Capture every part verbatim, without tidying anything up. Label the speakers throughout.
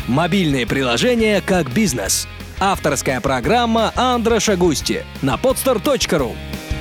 Speaker 1: Мобильные приложения как бизнес. Авторская программа Андроша Густи на podster точка ру.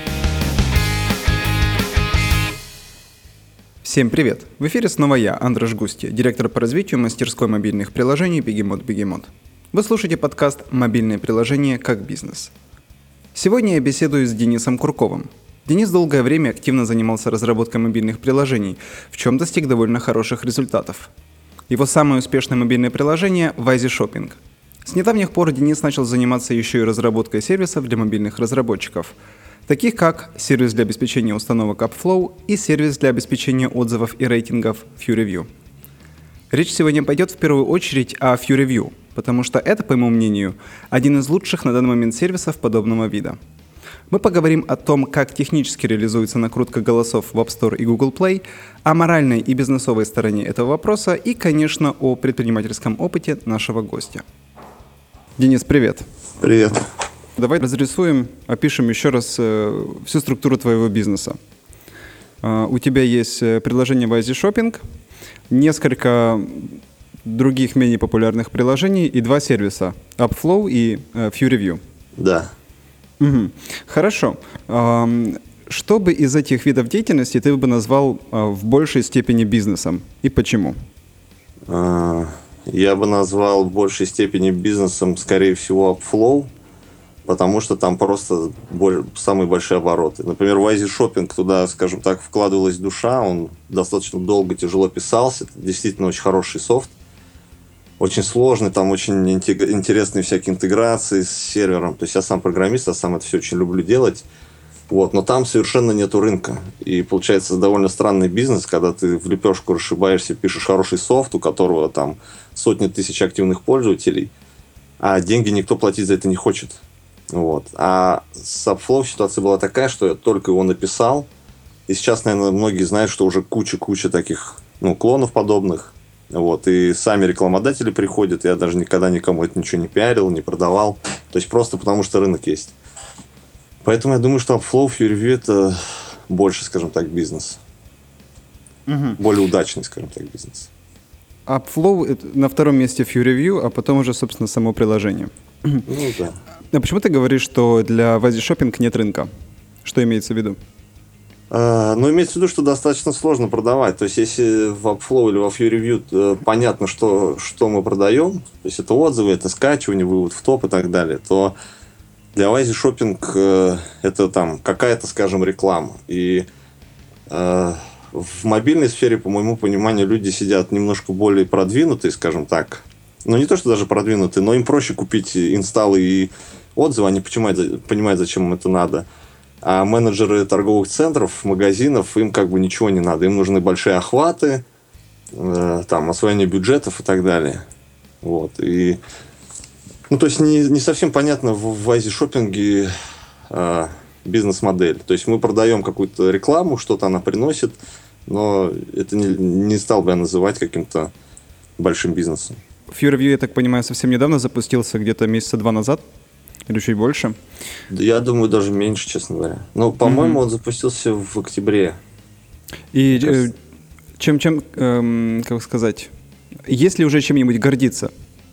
Speaker 2: Всем привет! В эфире снова я, Андрош Густи, директор по развитию мастерской мобильных приложений Begemot Begemot. Вы слушаете подкаст «Мобильные приложения как бизнес». Сегодня я беседую с Денисом Курковым. Денис долгое время активно занимался разработкой мобильных приложений, в чем достиг довольно хороших результатов. Его самое успешное мобильное приложение – Вайзи Shopping. С недавних пор Денис начал заниматься еще и разработкой сервисов для мобильных разработчиков, таких как сервис для обеспечения установок AppFlow и сервис для обеспечения отзывов и рейтингов FewReview. Речь сегодня пойдет в первую очередь о FewReview, потому что это, по моему мнению, один из лучших на данный момент сервисов подобного вида. Мы поговорим о том, как технически реализуется накрутка голосов в App Store и Google Play, о моральной и бизнесовой стороне этого вопроса и, конечно, о предпринимательском опыте нашего гостя. Денис, привет.
Speaker 3: Привет.
Speaker 2: Давай разрисуем, опишем еще раз э, всю структуру твоего бизнеса. Э, у тебя есть приложение Вайзи Shopping, несколько других менее популярных приложений и два сервиса – AppFlow и э, FewReview.
Speaker 3: Да.
Speaker 2: Угу. Хорошо. Эм, что бы из этих видов деятельности ты бы назвал э, в большей степени бизнесом и почему?
Speaker 3: А, я бы назвал в большей степени бизнесом, скорее всего, AppFlow, потому что там просто более, самые большие обороты. Например, Вайзи Shopping, туда, скажем так, вкладывалась душа, он достаточно долго, тяжело писался, это действительно очень хороший софт. Очень сложный, там очень интересные всякие интеграции с сервером. То есть я сам программист, я сам это все очень люблю делать. Вот, но там совершенно нету рынка. И получается довольно странный бизнес, когда ты в лепешку расшибаешься, пишешь хороший софт, у которого там сотни тысяч активных пользователей, а деньги никто платить за это не хочет. Вот. А с AppFlow ситуация была такая, что я только его написал. И сейчас, наверное, многие знают, что уже куча-куча таких ну, клонов подобных. Вот, и сами рекламодатели приходят, я даже никогда никому это ничего не пиарил, не продавал, то есть просто потому, что рынок есть. Поэтому я думаю, что AppFlow, FewReview это больше, скажем так, бизнес. Угу. Более удачный, скажем так, бизнес.
Speaker 2: AppFlow на втором месте FewReview, а потом уже, собственно, само приложение.
Speaker 3: Ну да.
Speaker 2: А почему ты говоришь, что для Вайзи Shopping нет рынка? Что имеется в виду?
Speaker 3: Uh, ну, имеется в виду, что достаточно сложно продавать. То есть, если в AppFlow или во FewReview uh, понятно, что, что мы продаем, то есть, это отзывы, это скачивание, вывод в топ и так далее, то для Вайзи Shopping uh, это там какая-то, скажем, реклама. И uh, в мобильной сфере, по моему пониманию, люди сидят немножко более продвинутые, скажем так. Ну, не то, что даже продвинутые, но им проще купить инсталлы и отзывы, они понимают, понимают, зачем им это надо. А менеджеры торговых центров, магазинов, им как бы ничего не надо. Им нужны большие охваты, э, там, освоение бюджетов и так далее. Вот. И, ну, то есть, не, не совсем понятно в Вайзи Shopping э, бизнес-модель. То есть, мы продаем какую-то рекламу, что-то она приносит, но это не, не стал бы я называть каким-то большим бизнесом.
Speaker 2: FewReview, я так понимаю, совсем недавно запустился, где-то месяца два назад. Или чуть больше?
Speaker 3: Я думаю, даже меньше, честно говоря. Ну, по-моему, mm-hmm. он запустился в октябре.
Speaker 2: И э, чем, чем эм, как сказать, есть ли уже чем-нибудь гордиться?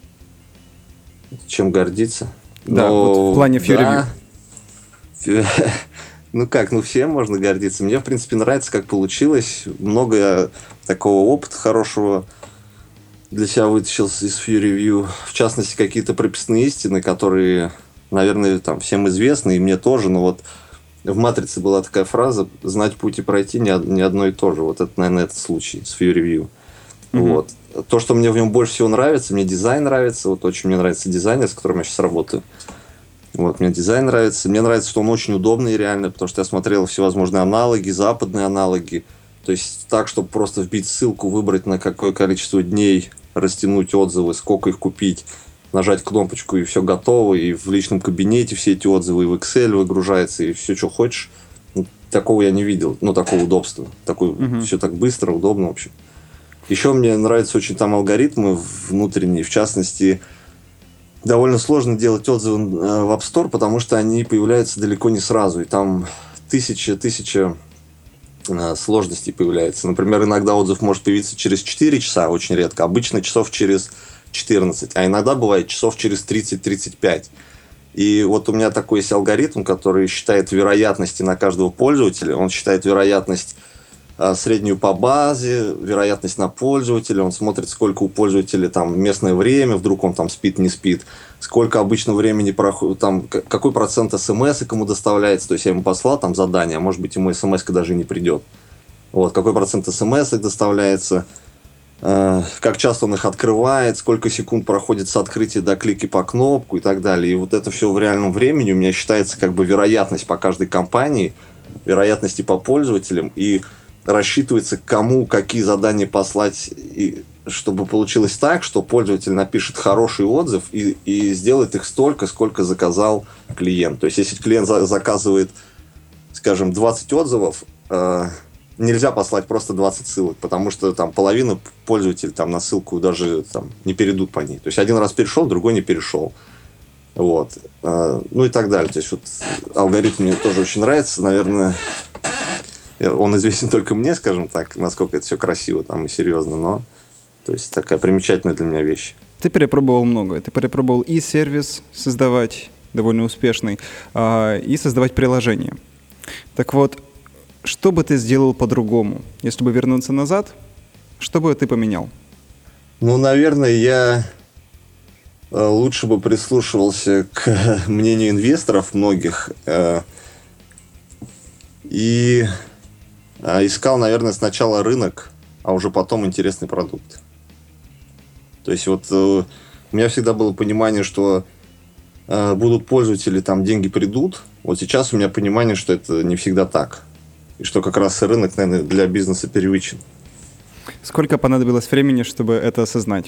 Speaker 3: Чем гордиться?
Speaker 2: Да, ну, вот в плане FewReview.
Speaker 3: Да. Ну как, ну всем можно гордиться. Мне, в принципе, нравится, как получилось. Много такого опыта хорошего для себя вытащил из FewReview. В частности, какие-то прописные истины, которые... наверное, там всем известно, и мне тоже, но вот в «Матрице» была такая фраза «знать путь и пройти не, не одно и то же». Вот это, наверное, этот случай с FewReview. Mm-hmm. Вот. То, что мне в нем больше всего нравится, мне дизайн нравится, вот очень мне нравится дизайнер, с которым я сейчас работаю. Вот, мне дизайн нравится. Мне нравится, что он очень удобный реально, потому что я смотрел всевозможные аналоги, западные аналоги. То есть так, чтобы просто вбить ссылку, выбрать на какое количество дней, растянуть отзывы, сколько их купить, нажать кнопочку, и все готово, и в личном кабинете все эти отзывы, и в Excel выгружается, и все, что хочешь. Такого я не видел, ну, такого удобства. Такое, uh-huh. Все так быстро, удобно, в общем. Еще мне нравятся очень там алгоритмы внутренние, в частности, довольно сложно делать отзывы в App Store, потому что они появляются далеко не сразу, и там тысяча-тысяча сложностей появляется. Например, иногда отзыв может появиться через четыре часа, очень редко. Обычно часов через четырнадцать, а иногда бывает часов через тридцать-тридцать пять. И вот у меня такой есть алгоритм, который считает вероятности на каждого пользователя. Он считает вероятность а, среднюю по базе, вероятность на пользователя. Он смотрит, сколько у пользователя там местное время, вдруг он там спит, не спит. Сколько обычно времени проходит, там, какой процент смс ему доставляется. То есть я ему послал там задание, а может быть ему смс-ка даже не придет. Вот, какой процент смс доставляется. Как часто он их открывает, сколько секунд проходит с открытия до клики по кнопку и так далее. И вот это все в реальном времени у меня считается как бы вероятность по каждой компании, вероятности по пользователям, и рассчитывается, кому какие задания послать, и чтобы получилось так, что пользователь напишет хороший отзыв и, и сделает их столько, сколько заказал клиент. То есть, если клиент за- заказывает, скажем, двадцать отзывов, э- нельзя послать просто двадцать ссылок, потому что там половина пользователей там на ссылку даже там не перейдут по ней. То есть один раз перешел, другой не перешел. Вот. Ну и так далее. То есть вот алгоритм мне тоже очень нравится. Наверное, он известен только мне, скажем так, насколько это все красиво там и серьезно, но то есть такая примечательная для меня вещь.
Speaker 2: Ты перепробовал многое. Ты перепробовал и сервис создавать довольно успешный, и создавать приложение. Так вот, что бы ты сделал по-другому? Если бы вернуться назад, что бы ты поменял?
Speaker 3: Ну, наверное, я лучше бы прислушивался к мнению инвесторов многих и искал, наверное, сначала рынок, а уже потом интересный продукт. То есть вот у меня всегда было понимание, что будут пользователи, там деньги придут. Вот сейчас у меня понимание, что это не всегда так. И что как раз рынок, наверное, для бизнеса первичен.
Speaker 2: Сколько понадобилось времени, чтобы это осознать?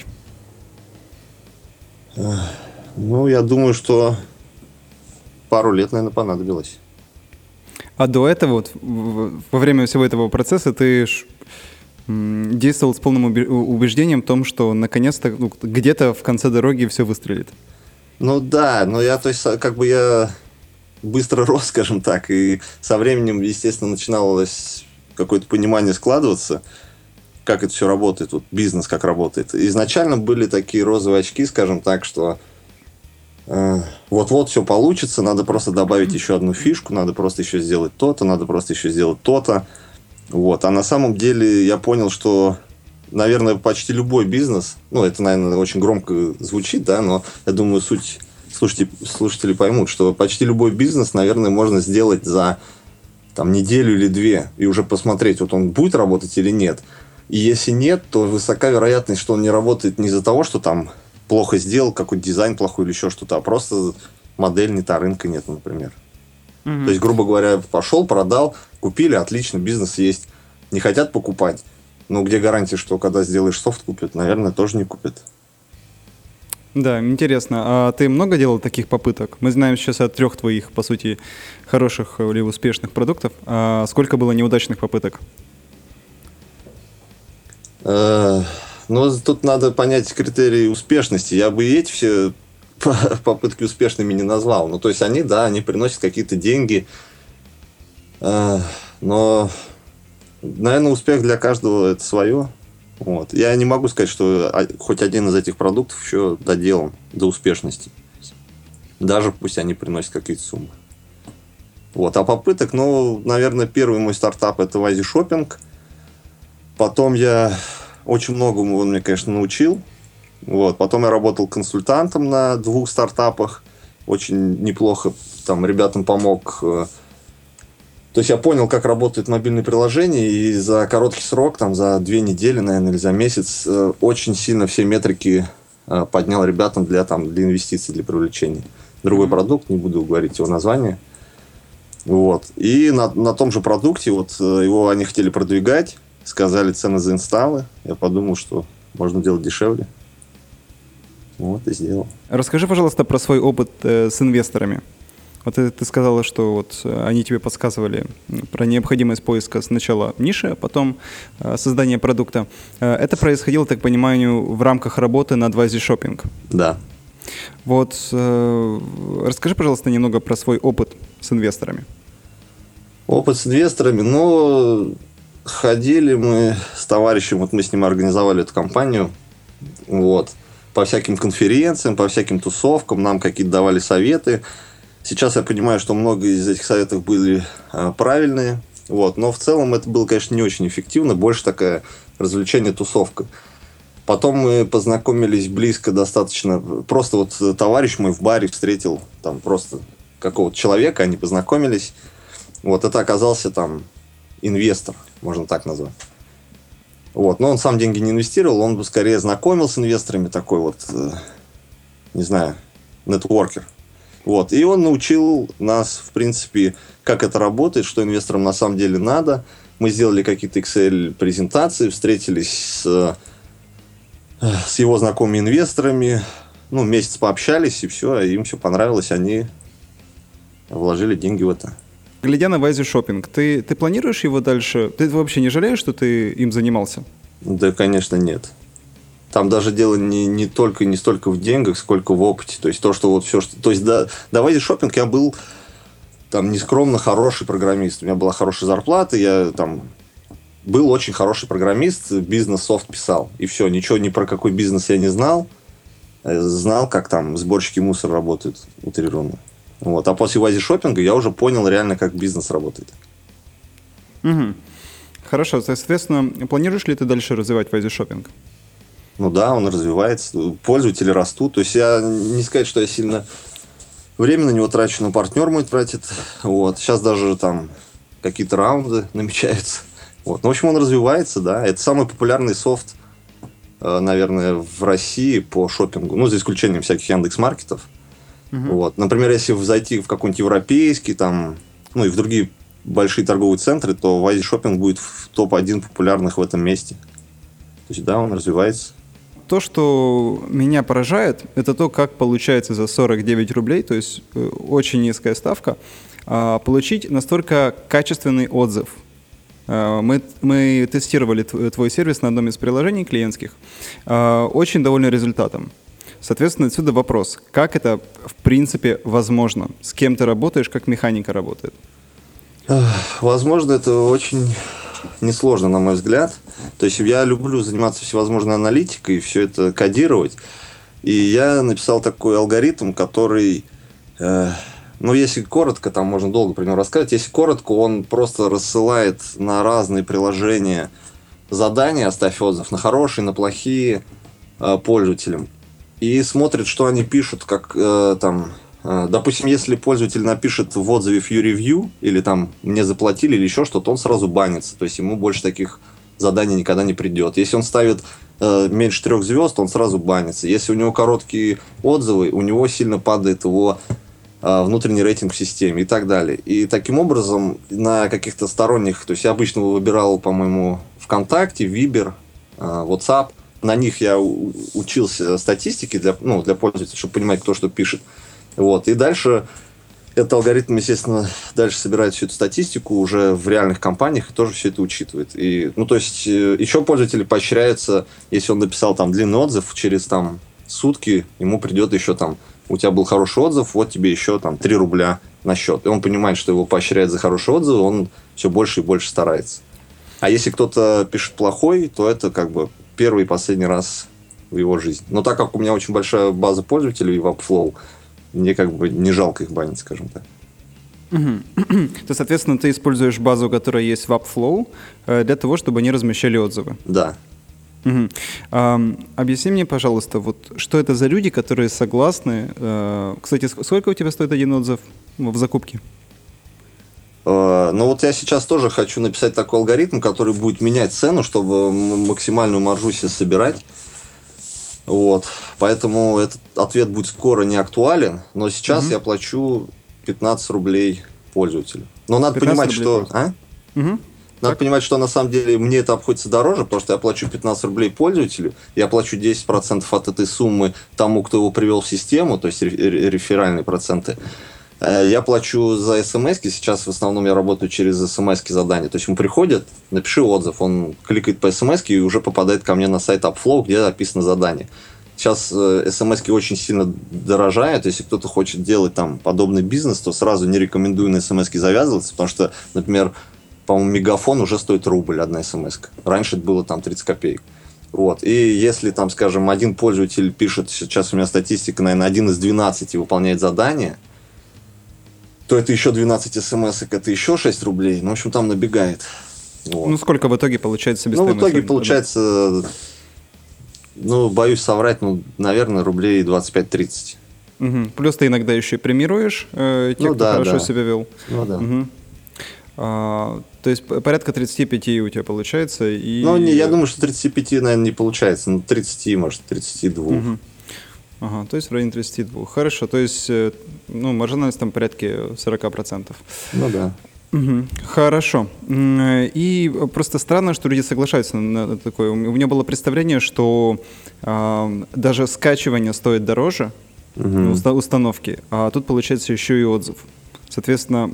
Speaker 3: Ну, я думаю, что пару лет, наверное, понадобилось.
Speaker 2: А до этого, вот, во время всего этого процесса, ты действовал с полным убеждением в том, что наконец-то ну, где-то в конце дороги все выстрелит?
Speaker 3: Ну да, но я, то есть, как бы я... быстро рос, скажем так, и со временем, естественно, начиналось какое-то понимание складываться, как это все работает, вот бизнес как работает. Изначально были такие розовые очки, скажем так, что э, вот-вот все получится, надо просто добавить еще одну фишку, надо просто еще сделать то-то, надо просто еще сделать то-то. Вот. А на самом деле я понял, что, наверное, почти любой бизнес, ну, это, наверное, очень громко звучит, да, но я думаю, суть... Слушайте, слушатели поймут, что почти любой бизнес, наверное, можно сделать за там, неделю или две и уже посмотреть, вот он будет работать или нет. И если нет, то высока вероятность, что он не работает не из-за того, что там плохо сделал, какой-то дизайн плохой или еще что-то, а просто модель не та, рынка нет, например. Mm-hmm. То есть, грубо говоря, пошел, продал, купили, отлично, бизнес есть. Не хотят покупать. Но где гарантия, что когда сделаешь софт, купят? Наверное, тоже не купят.
Speaker 2: Да, интересно. А ты много делал таких попыток? Мы знаем сейчас о трех твоих, по сути, хороших или успешных продуктов. А сколько было неудачных попыток?
Speaker 3: Ну, тут надо понять критерии успешности. Я бы и эти все попытки успешными не назвал. Ну, то есть они, да, они приносят какие-то деньги. Но, наверное, успех для каждого это свое. Вот. Я не могу сказать, что хоть один из этих продуктов еще доделан до успешности. Даже пусть они приносят какие-то суммы. Вот. А попыток, ну, наверное, первый мой стартап это Вайзи Шоппинг. Потом я очень многому он мне, конечно, научил. Вот. Потом я работал консультантом на двух стартапах. Очень неплохо там ребятам помог. То есть я понял, как работает мобильное приложение, и за короткий срок, там, за две недели, наверное, или за месяц, очень сильно все метрики поднял ребятам для, там, для инвестиций, для привлечения. Другой продукт, не буду говорить его название. Вот. И на, на том же продукте, вот, его они хотели продвигать, сказали цены за инсталлы. Я подумал, что можно делать дешевле. Вот и сделал.
Speaker 2: Расскажи, пожалуйста, про свой опыт э, с инвесторами. Вот ты, ты сказала, что вот они тебе подсказывали про необходимость поиска сначала ниши, а потом э, создания продукта. Э, это происходило, так понимаю, в рамках работы над Вайзи Шоппинг.
Speaker 3: Да.
Speaker 2: Вот э, расскажи, пожалуйста, немного про свой опыт с инвесторами.
Speaker 3: Опыт с инвесторами, ну, ходили мы с товарищем, вот мы с ним организовали эту компанию, вот. по всяким конференциям, по всяким тусовкам, нам какие-то давали советы. Сейчас я понимаю, что много из этих советов были а, правильные. Вот. Но в целом это было, конечно, не очень эффективно. Больше такая развлечение-тусовка. Потом мы познакомились близко достаточно. Просто вот товарищ мой в баре встретил там просто какого-то человека, они познакомились. Вот это оказался там инвестор, можно так назвать. Вот. Но он сам деньги не инвестировал, он бы скорее знакомился с инвесторами, такой вот, не знаю, нетворкер. Вот. И он научил нас, в принципе, как это работает, что инвесторам на самом деле надо. Мы сделали какие-то Excel-презентации, встретились с, с его знакомыми инвесторами, ну, месяц пообщались, и все, им все понравилось, они вложили деньги в это.
Speaker 2: Глядя на Вайзи Шоппинг, ты, ты планируешь его дальше? Ты вообще не жалеешь, что ты им занимался?
Speaker 3: Да, конечно, нет. Там даже дело не, не только не столько в деньгах, сколько в опыте. То есть то, что вот все, что... То есть до, до Вайзи Шоппинг я был там нескромно хороший программист. У меня была хорошая зарплата, я там был очень хороший программист, бизнес-софт писал. И все, ничего ни про какой бизнес я не знал. Знал, как там сборщики мусора работают утрированно. Вот. А после Вайзи Шоппинга я уже понял реально, как бизнес работает.
Speaker 2: Угу. Хорошо, соответственно, планируешь ли ты дальше развивать Вайзи Шоппинг?
Speaker 3: Ну да, он развивается, пользователи растут. То есть я не сказать, что я сильно время на него трачу, но партнер мой тратит. Вот. Сейчас даже там какие-то раунды намечаются. Вот. Ну, в общем, он развивается, да. Это самый популярный софт, наверное, в России по шопингу. Ну, за исключением всяких Яндекс.Маркетов. Uh-huh. Вот. Например, если зайти в какой-нибудь европейский, там, ну и в другие большие торговые центры, то Вайзи Шоппинг будет в топ один популярных в этом месте. То есть, да, он развивается.
Speaker 2: То, что меня поражает, это то, как получается за сорок девять рублей, то есть очень низкая ставка, получить настолько качественный отзыв. Мы, мы тестировали твой сервис на одном из приложений клиентских, очень довольны результатом. Соответственно, отсюда вопрос, как это в принципе возможно? С кем ты работаешь, как механика работает?
Speaker 3: Возможно, это очень несложно, на мой взгляд. То есть я люблю заниматься всевозможной аналитикой, все это кодировать. И я написал такой алгоритм, который, э, ну, если коротко, там можно долго про него рассказать, если коротко, он просто рассылает на разные приложения задания, оставь отзыв, на хорошие, на плохие э, пользователям. И смотрит, что они пишут, как э, там, э, допустим, если пользователь напишет в отзыве Few Review, или там мне заплатили, или еще что-то, он сразу банится. То есть ему больше таких заданий никогда не придет. Если он ставит э, меньше трех звезд, он сразу банится. Если у него короткие отзывы, у него сильно падает его э, внутренний рейтинг в системе и так далее. И таким образом на каких-то сторонних, то есть я обычно выбирал, по-моему, ВКонтакте, Вибер, э, WhatsApp. На них я учился статистике для, ну, для пользователя, чтобы понимать, кто что пишет. Вот. И дальше этот алгоритм, естественно, дальше собирает всю эту статистику уже в реальных компаниях и тоже все это учитывает. И, ну, то есть, еще пользователи поощряются, если он написал там длинный отзыв, через там сутки ему придет еще там, у тебя был хороший отзыв, вот тебе еще там три рубля на счет. И он понимает, что его поощряют за хороший отзыв, он все больше и больше старается. А если кто-то пишет плохой, то это как бы первый и последний раз в его жизни. Но так как у меня очень большая база пользователей в Upflow, мне как бы не жалко их банить, скажем так.
Speaker 2: Угу. То, соответственно, ты используешь базу, которая есть в Upflow, для того, чтобы они размещали отзывы.
Speaker 3: Да.
Speaker 2: Угу. А, объясни мне, пожалуйста, вот что это за люди, которые согласны... А, кстати, сколько у тебя стоит один отзыв в закупке?
Speaker 3: Ну вот я сейчас тоже хочу написать такой алгоритм, который будет менять цену, чтобы максимальную маржу себе собирать. Вот. Поэтому этот ответ будет скоро не актуален, но сейчас угу. я плачу пятнадцать рублей пользователю. Но надо понимать, что... А? Угу. Надо так. понимать, что на самом деле мне это обходится дороже, потому что я плачу пятнадцать рублей пользователю, я плачу десять процентов от этой суммы тому, кто его привел в систему, то есть реферальные проценты. Я плачу за смс-ки, сейчас в основном я работаю через смс-ки задания. То есть ему приходит, напиши отзыв, он кликает по смс-ке и уже попадает ко мне на сайт Upflow, где описано задание. Сейчас смс-ки очень сильно дорожают, если кто-то хочет делать там подобный бизнес, то сразу не рекомендую на смс-ки завязываться, потому что, например, по-моему, Мегафон уже стоит рубль одна смс-ка. Раньше это было там тридцать копеек. Вот. И если там, скажем, один пользователь пишет, сейчас у меня статистика, наверное, один из двенадцати выполняет задание, то это еще двенадцать смс-ок, это еще шесть рублей. Ну, в общем, там набегает. Вот.
Speaker 2: Ну, сколько в итоге получается себестоимость?
Speaker 3: Ну, в итоге получается, ну, боюсь соврать, ну, наверное, рублей двадцать пять тридцать.
Speaker 2: Угу. Плюс ты иногда еще и премируешь э, тех,
Speaker 3: ну,
Speaker 2: кто
Speaker 3: да,
Speaker 2: хорошо
Speaker 3: да.
Speaker 2: себя вел.
Speaker 3: Ну, да.
Speaker 2: Угу. А, то есть порядка тридцать пять у тебя получается. И...
Speaker 3: Ну, не, я думаю, что тридцать пять, наверное, не получается. Ну, тридцать, может, тридцать два.
Speaker 2: Угу. Ага, то есть в районе тридцать два. Хорошо, то есть, ну, маржинальность там порядке сорок процентов.
Speaker 3: Ну, да.
Speaker 2: Угу. Хорошо. И просто странно, что люди соглашаются на такое. У меня было представление, что э, даже скачивание стоит дороже, угу. установки, а тут получается еще и отзыв. Соответственно,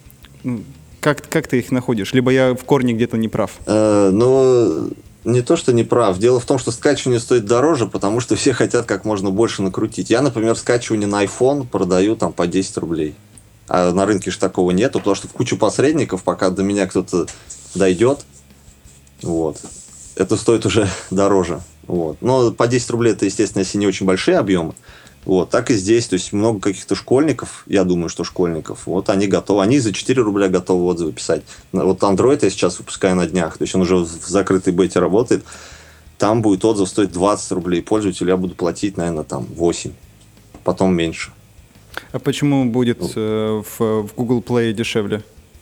Speaker 2: как, как ты их находишь? Либо я в корне где-то не прав?
Speaker 3: Э, ну, не то, что не прав. Дело в том, что скачивание стоит дороже, потому что все хотят как можно больше накрутить. Я, например, скачивание на iPhone продаю там по десять рублей. А на рынке же такого нету, потому что в кучу посредников, пока до меня кто-то дойдет, вот, это стоит уже дороже. Вот. Но по десять рублей это, естественно, если не очень большие объемы. Вот, так и здесь. То есть много каких-то школьников, я думаю, что школьников, вот они готовы, они за четыре рубля готовы отзывы писать. Вот Android я сейчас выпускаю на днях, то есть он уже в закрытой бете работает. Там будет отзыв стоить двадцать рублей. Пользователю я буду платить, наверное, там восемь, потом меньше.
Speaker 2: А почему будет э, в, в Google Play дешевле?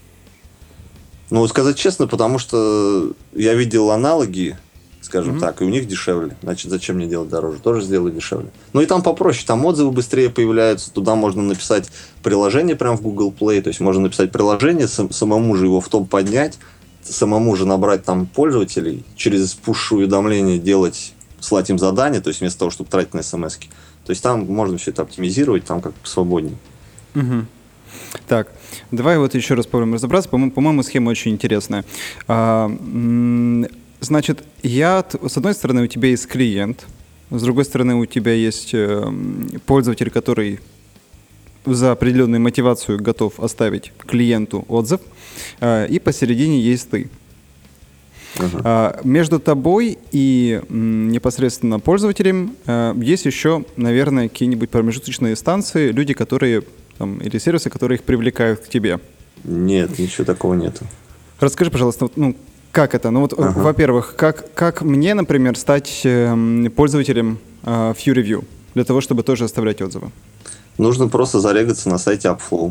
Speaker 3: Ну, сказать честно, потому что я видел аналоги, скажем mm-hmm. так, и у них дешевле. Значит, зачем мне делать дороже? Тоже сделаю дешевле. Ну и там попроще, там отзывы быстрее появляются, туда можно написать приложение прямо в Google Play, то есть можно написать приложение, сам, самому же его в топ поднять, самому же набрать там пользователей, через пуш-уведомления делать, слать им задания, то есть вместо того, чтобы тратить на смс-ки. То есть там можно все это оптимизировать, там как свободнее.
Speaker 2: Угу. Так, давай вот еще раз попробуем разобраться. По-моему, по-моему, схема очень интересная. А, м- значит, я, с одной стороны, у тебя есть клиент, с другой стороны, у тебя есть э, пользователь, который за определенную мотивацию готов оставить клиенту отзыв, э, и посередине есть ты. Uh-huh. А, между тобой и м, непосредственно пользователем а, есть еще, наверное, какие-нибудь промежуточные станции, люди, которые там, или сервисы, которые их привлекают к тебе.
Speaker 3: Нет, ничего такого нету.
Speaker 2: Расскажи, пожалуйста, ну, как это? Ну вот, uh-huh. во-первых, как, как мне, например, стать э, пользователем э, FuryView для того, чтобы тоже оставлять отзывы?
Speaker 3: Нужно просто зарегаться на сайте Upflow.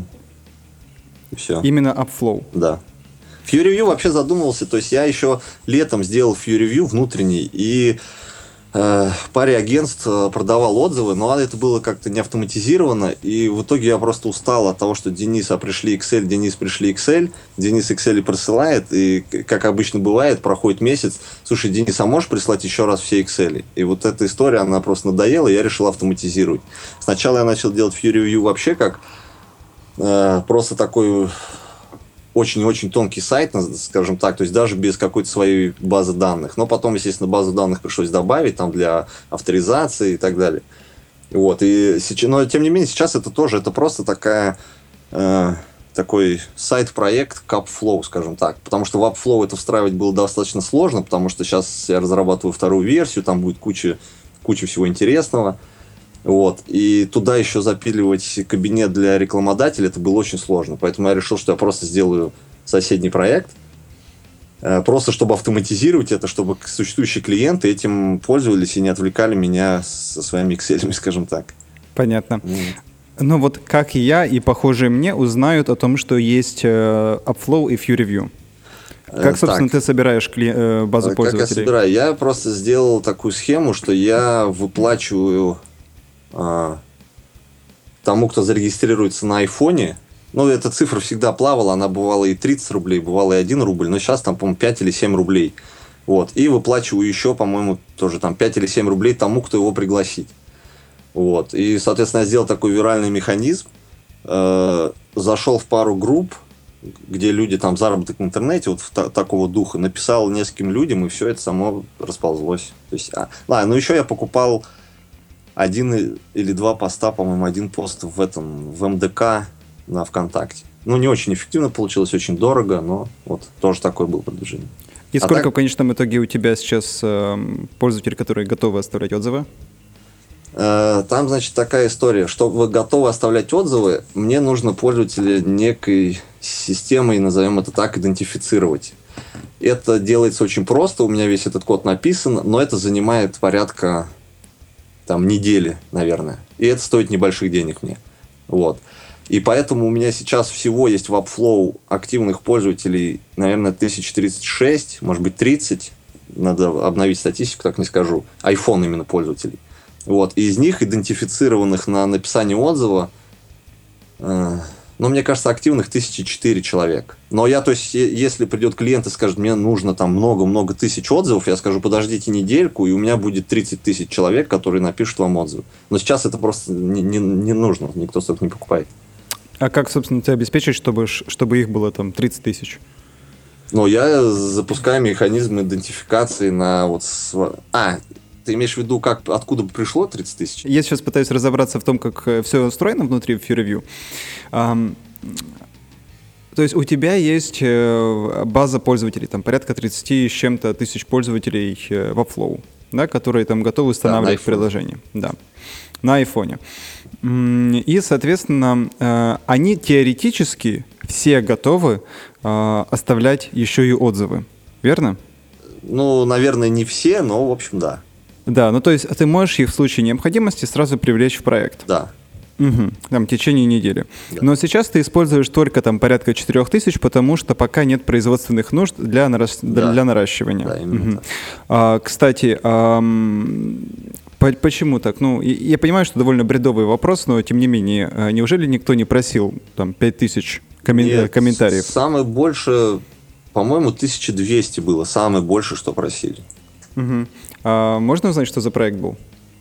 Speaker 3: И все.
Speaker 2: Именно Upflow?
Speaker 3: Да. FuryView вообще задумывался, то есть я еще летом сделал FuryView внутренний, и э, паре агентств продавал отзывы, но это было как-то не автоматизировано, и в итоге я просто устал от того, что Денис, а пришли Excel, Денис, пришли Excel, Денис Excel присылает, и, как обычно бывает, проходит месяц, слушай, Денис, а можешь прислать еще раз все Excel? И вот эта история, она просто надоела, и я решил автоматизировать. Сначала я начал делать FuryView вообще как э, просто такой... очень-очень тонкий сайт, скажем так, то есть даже без какой-то своей базы данных. Но потом, естественно, базу данных пришлось добавить там для авторизации и так далее. Вот. И сейчас, но тем не менее, сейчас это тоже, это просто такая, э, такой сайт-проект Upflow, скажем так. Потому что в Upflow это встраивать было достаточно сложно, потому что сейчас я разрабатываю вторую версию, там будет куча, куча всего интересного. Вот. И туда еще запиливать кабинет для рекламодателя, это было очень сложно. Поэтому я решил, что я просто сделаю соседний проект, просто чтобы автоматизировать это, чтобы существующие клиенты этим пользовались и не отвлекали меня со своими Excel, скажем так.
Speaker 2: Понятно. Mm. Ну вот как и я, и похожие мне, узнают о том, что есть э, Upflow и FuryView. Как, собственно, так. ты собираешь кли- э, базу
Speaker 3: как
Speaker 2: пользователей?
Speaker 3: Как я собираю? Я просто сделал такую схему, что я выплачиваю тому, кто зарегистрируется на айфоне. Ну, эта цифра всегда плавала, она бывала и тридцать рублей, бывала и один рубль, но сейчас там, по-моему, пять или семь рублей. Вот. И выплачиваю еще, по-моему, тоже там пять или семь рублей тому, кто его пригласит. Вот. И, соответственно, я сделал такой виральный механизм, э, зашел в пару групп, где люди там заработок в интернете, вот в та- такого духа, написал нескольким людям, и все это само расползлось. То есть, а, а, ну, еще я покупал один или два поста, по-моему, один пост в этом, в эм дэ ка на ВКонтакте. Ну, не очень эффективно получилось, очень дорого, но вот тоже такое было продвижение.
Speaker 2: И
Speaker 3: А
Speaker 2: сколько
Speaker 3: так-
Speaker 2: в конечном итоге у тебя сейчас э, пользователей, которые готовы оставлять отзывы?
Speaker 3: Э, Там, значит, такая история. Чтобы вы готовы оставлять отзывы, мне нужно пользователя некой системой, назовем это так, идентифицировать. Это делается очень просто, у меня весь этот код написан, но это занимает порядка там, недели, наверное. И это стоит небольших денег мне. Вот. И поэтому у меня сейчас всего есть в Webflow активных пользователей, наверное, тысяча тридцать шесть, может быть, тридцать. Надо обновить статистику, так не скажу. iPhone именно пользователей. Вот. И из них, идентифицированных на написание отзыва, э, ну, мне кажется, активных тысяча четыре человек. Но я, то есть, е- если придет клиент и скажет, мне нужно там много-много тысяч отзывов, я скажу, подождите недельку, и у меня будет тридцать тысяч человек, которые напишут вам отзывы. Но сейчас это просто не, не, не нужно, никто столько не покупает.
Speaker 2: А как, собственно, ты обеспечить, чтобы, ш- чтобы их было там тридцать тысяч?
Speaker 3: Но я запускаю механизм идентификации на вот... св- А, ты имеешь в виду, как, откуда пришло тридцать тысяч?
Speaker 2: Я сейчас пытаюсь разобраться в том, как все устроено внутри FuryView. Ам, То есть у тебя есть э, база пользователей, там порядка тридцать с чем-то тысяч пользователей э, во Flow, да, которые там готовы устанавливать
Speaker 3: iPhone.
Speaker 2: приложение. Да, на айфоне. М, И, соответственно, э, они теоретически все готовы э, оставлять еще и отзывы, верно?
Speaker 3: Ну, наверное, не все, но, в общем, да.
Speaker 2: Да, ну то есть ты можешь их в случае необходимости сразу привлечь в проект.
Speaker 3: Да.
Speaker 2: Мгм. Там в течение недели.
Speaker 3: Да.
Speaker 2: Но сейчас ты используешь только там порядка четырех тысяч, потому что пока нет производственных нужд для, нарас-
Speaker 3: Да.
Speaker 2: для наращивания.
Speaker 3: Да, именно
Speaker 2: Мгм.
Speaker 3: так.
Speaker 2: А, кстати, ам, по- почему так? Ну, и- я понимаю, что довольно бредовый вопрос, но тем не менее, а, неужели никто не просил там пять тысяч коммен-
Speaker 3: Нет,
Speaker 2: комментариев?
Speaker 3: Самое больше, по-моему, тысяча двести было. Самое больше, что просили.
Speaker 2: Мгм. А можно узнать, что за проект был?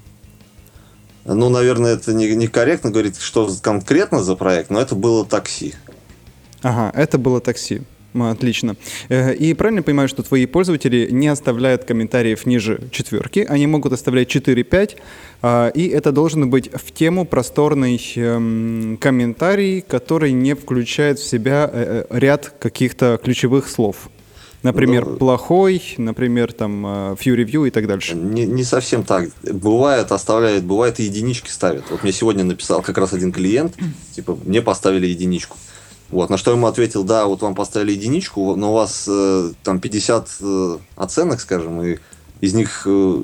Speaker 3: Ну, наверное, это не- некорректно говорить, что конкретно за проект, но это было такси.
Speaker 2: Ага, это было такси. М, Отлично. Э, И правильно понимаю, что твои пользователи не оставляют комментариев ниже четверки, они могут оставлять четыре-пять, а, и это должен быть в тему просторный эм, комментарий, который не включает в себя э, э, ряд каких-то ключевых слов. Например,
Speaker 3: Ну,
Speaker 2: плохой, например, там, э, few review и так дальше.
Speaker 3: Не, не совсем так. Бывает, оставляют, бывает и единички ставят. Вот мне сегодня написал как раз один клиент, типа, мне поставили единичку. Вот, на что я ему ответил, да, вот вам поставили единичку, но у вас э, там пятьдесят э, оценок, скажем, и из них э,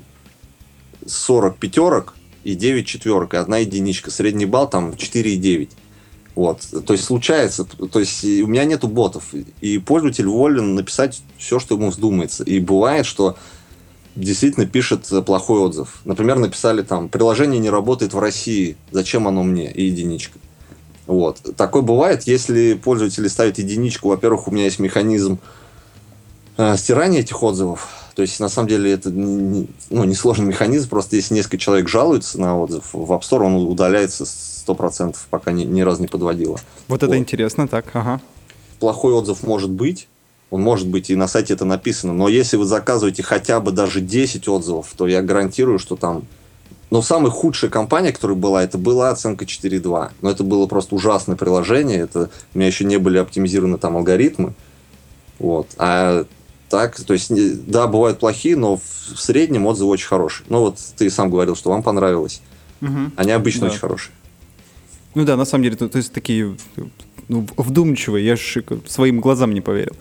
Speaker 3: сорок пятерок и девять четверок, и одна единичка. Средний балл там четыре и девять. Вот. То есть случается, то есть и у меня нету ботов, и пользователь волен написать все, что ему вздумается. И бывает, что действительно пишет плохой отзыв. Например, написали там, приложение не работает в России, зачем оно мне? И единичка. Вот. Такое бывает, если пользователи ставят единичку, во-первых, у меня есть механизм э, стирания этих отзывов. То есть, на самом деле, это не, ну, несложный механизм, просто если несколько человек жалуются на отзыв, в App Store он удаляется сто процентов, пока ни, ни разу не подводило.
Speaker 2: Вот это интересно, так, ага.
Speaker 3: Плохой отзыв может быть, он может быть, и на сайте это написано, но если вы заказываете хотя бы даже десять отзывов, то я гарантирую, что там... Ну, самая худшая компания, которая была, это была оценка четыре и два. Но это было просто ужасное приложение, это, у меня еще не были оптимизированы там алгоритмы. Вот. А так, то есть, не- да, бывают плохие, но в в среднем отзывы очень хорошие. Ну, вот ты сам говорил, что вам понравилось.
Speaker 2: Мгм.
Speaker 3: Они обычно
Speaker 2: Да.
Speaker 3: очень хорошие.
Speaker 2: Ну да, на самом деле, то, то есть такие ну, вдумчивые, я ж своим глазам не поверил.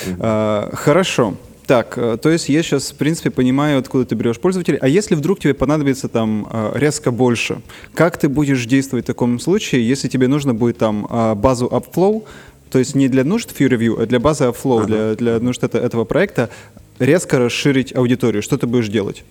Speaker 2: А, хорошо. Так, э, то есть я сейчас, в принципе, понимаю, откуда ты берешь пользователей. А если вдруг тебе понадобится там э, резко больше, как ты будешь действовать в таком случае, если тебе нужно будет там э, базу Upflow, то есть не для нужд FuryView, а для базы Upflow,
Speaker 3: Ага.
Speaker 2: для, для нужд это- этого проекта, резко расширить аудиторию? Что ты будешь делать?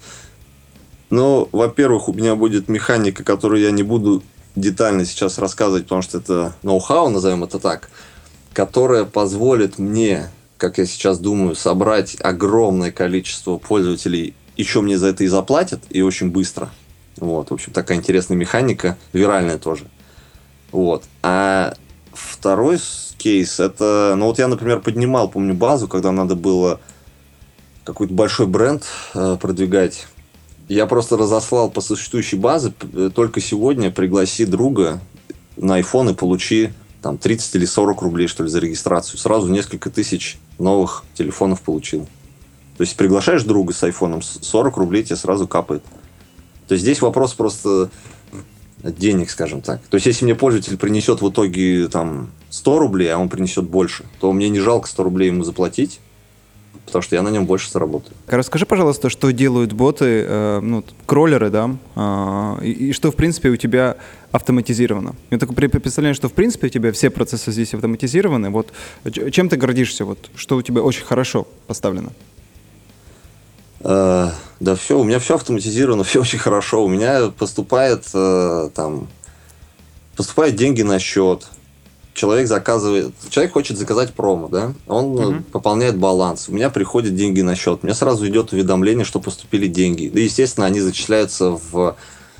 Speaker 3: Ну, во-первых, у меня будет механика, которую я не буду детально сейчас рассказывать, потому что это ноу-хау, назовем это так, которая позволит мне, как я сейчас думаю, собрать огромное количество пользователей, еще мне за это и заплатят, и очень быстро. Вот, в общем, такая интересная механика, виральная тоже. Вот. А второй с- кейс, это, ну вот я, например, поднимал, помню, базу, когда надо было какой-то большой бренд э, продвигать. Я просто разослал по существующей базе, п- только сегодня пригласи друга на iPhone и получи там тридцать или сорок рублей, что ли, за регистрацию. Сразу несколько тысяч новых телефонов получил. То есть приглашаешь друга с айфоном, сорок рублей тебе сразу капает. То есть здесь вопрос просто денег, скажем так. То есть если мне пользователь принесет в итоге там сто рублей, а он принесет больше, то мне не жалко сто рублей ему заплатить, потому что я на нем больше заработаю.
Speaker 2: Расскажи, пожалуйста, что делают боты, э, ну, кроллеры, да, э, и, и что, в принципе, у тебя автоматизировано. Я такое представляю, что, в принципе, у тебя все процессы здесь автоматизированы. Вот чем ты гордишься, вот, что у тебя очень хорошо поставлено?
Speaker 3: Э, да все, у меня все автоматизировано, все очень хорошо. У меня поступает э, там поступают деньги на счет. Человек заказывает, человек хочет заказать промо, да, он uh-huh. пополняет баланс, у меня приходят деньги на счет, у меня сразу идет уведомление, что поступили деньги, да, естественно, они зачисляются в,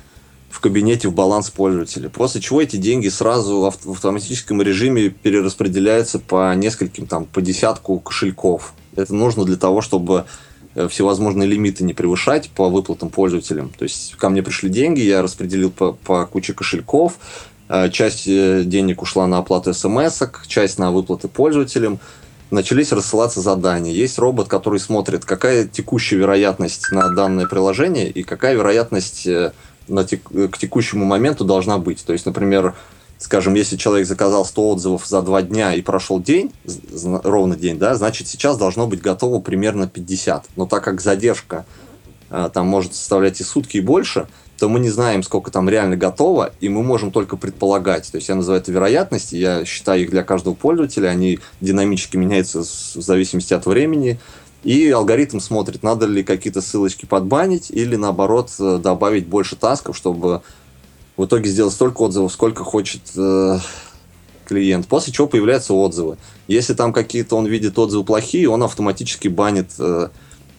Speaker 3: в кабинете в баланс пользователя, после чего эти деньги сразу в автоматическом режиме перераспределяются по нескольким, там, по десятку кошельков. Это нужно для того, чтобы всевозможные лимиты не превышать по выплатам пользователям. То есть ко мне пришли деньги, я распределил по, по куче кошельков. Часть денег ушла на оплату смс-ок, часть на выплаты пользователям. Начались рассылаться задания. Есть робот, который смотрит, какая текущая вероятность на данное приложение и какая вероятность на тек... к текущему моменту должна быть. То есть, например, скажем, если человек заказал сто отзывов за два дня и прошел день, ровно день, да, значит, сейчас должно быть готово примерно пятьдесят. Но так как задержка там может составлять и сутки, и больше, то мы не знаем, сколько там реально готово, и мы можем только предполагать. То есть я называю это вероятности, я считаю их для каждого пользователя, они динамически меняются в зависимости от времени, и алгоритм смотрит, надо ли какие-то ссылочки подбанить, или наоборот добавить больше тасков, чтобы в итоге сделать столько отзывов, сколько хочет э, клиент. После чего появляются отзывы. Если там какие-то он видит отзывы плохие, он автоматически банит э,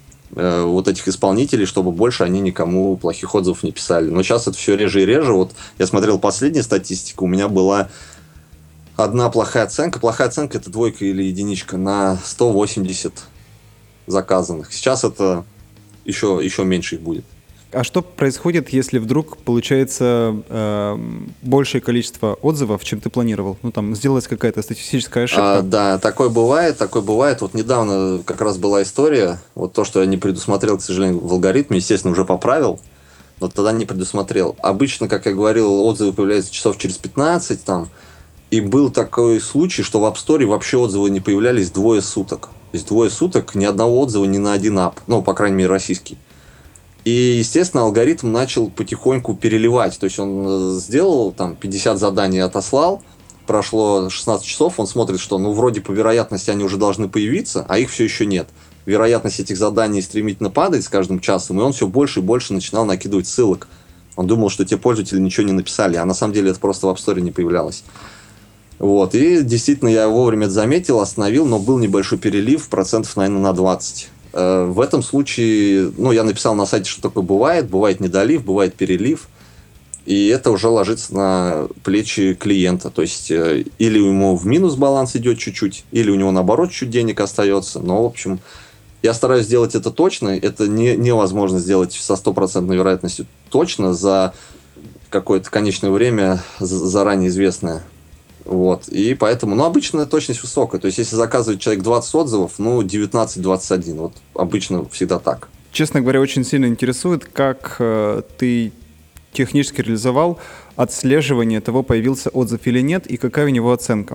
Speaker 3: вот этих исполнителей, чтобы больше они никому плохих отзывов не писали. Но сейчас это все реже и реже. Вот я смотрел последнюю статистику, у меня была одна плохая оценка. Плохая оценка — это двойка или единичка на сто восемьдесят заказанных. Сейчас это еще, еще меньше их будет.
Speaker 2: А что происходит, если вдруг получается э, большее количество отзывов, чем ты планировал? Ну, там, сделалась какая-то статистическая ошибка?
Speaker 3: А, да, такое бывает, такое бывает. Вот недавно как раз была история, вот то, что я не предусмотрел, к сожалению, в алгоритме, естественно, уже поправил, но тогда не предусмотрел. Обычно, как я говорил, отзывы появляются часов через пятнадцать, там, и был такой случай, что в App Store вообще отзывы не появлялись двое суток. То есть двое суток ни одного отзыва ни на один ап, ну, по крайней мере, российский. И, естественно, алгоритм начал потихоньку переливать. То есть он сделал там пятьдесят заданий, отослал, прошло шестнадцать часов, он смотрит, что ну вроде по вероятности они уже должны появиться, а их все еще нет. Вероятность этих заданий стремительно падает с каждым часом, и он все больше и больше начинал накидывать ссылок. Он думал, что те пользователи ничего не написали, а на самом деле это просто в App Store не появлялось. Вот. И действительно я вовремя это заметил, остановил, но был небольшой перелив, процентов, наверное, на двадцать. В этом случае, ну, я написал на сайте, что такое бывает. Бывает недолив, бывает перелив. И это уже ложится на плечи клиента. То есть, или ему в минус баланс идет чуть-чуть, или у него, наоборот, чуть денег остается. Но, в общем, я стараюсь сделать это точно. Это не, невозможно сделать со стопроцентной вероятностью точно за какое-то конечное время, заранее известное. Вот. И поэтому, ну, обычно точность высокая. То есть, если заказывает человек двадцать отзывов, ну, девятнадцать двадцать один. Вот обычно всегда так.
Speaker 2: Честно говоря, очень сильно интересует, как э, ты технически реализовал отслеживание того, появился отзыв или нет, и какая у него оценка.